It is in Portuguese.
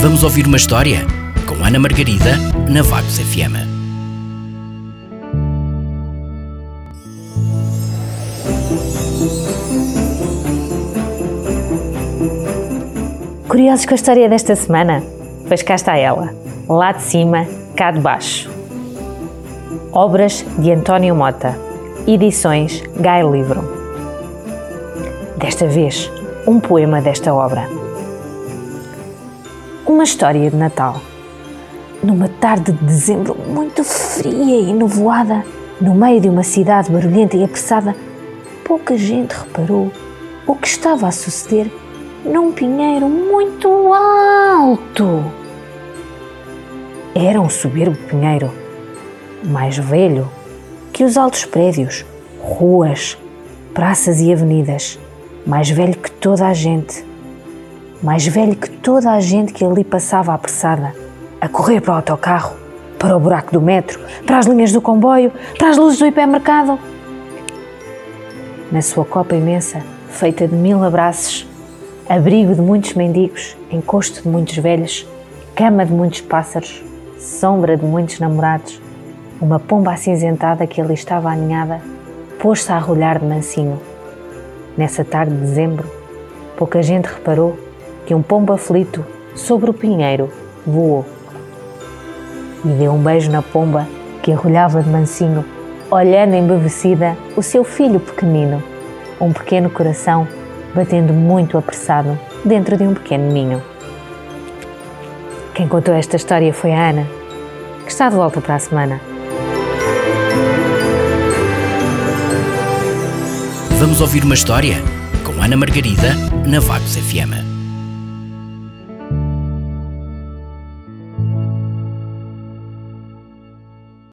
Vamos ouvir uma história? Com Ana Margarida, na Vagos FM. Curiosos com a história desta semana? Pois cá está ela, lá de cima, cá de baixo. Obras de António Mota, edições Gai Livro. Desta vez, um poema desta obra. Uma história de Natal. Numa tarde de dezembro muito fria e nevoada, no meio de uma cidade barulhenta e apressada, pouca gente reparou o que estava a suceder num pinheiro muito alto. Era um soberbo pinheiro, mais velho que os altos prédios, ruas, praças e avenidas, mais velho que toda a gente, mais velho que toda a gente que ali passava apressada, a correr para o autocarro, para o buraco do metro, para as linhas do comboio, para as luzes do hipermercado. Na sua copa imensa, feita de 1000 abraços, abrigo de muitos mendigos, encosto de muitos velhos, cama de muitos pássaros, sombra de muitos namorados, uma pomba acinzentada que ali estava aninhada, pôs-se a arrulhar de mansinho. Nessa tarde de dezembro, pouca gente reparou que um pombo aflito sobre o pinheiro voou. E deu um beijo na pomba que arrulhava de mansinho, olhando embevecida o seu filho pequenino, um pequeno coração batendo muito apressado dentro de um pequeno ninho. Quem contou esta história foi a Ana, que está de volta para a semana. Vamos ouvir uma história? Com Ana Margarida, na Vagos FM.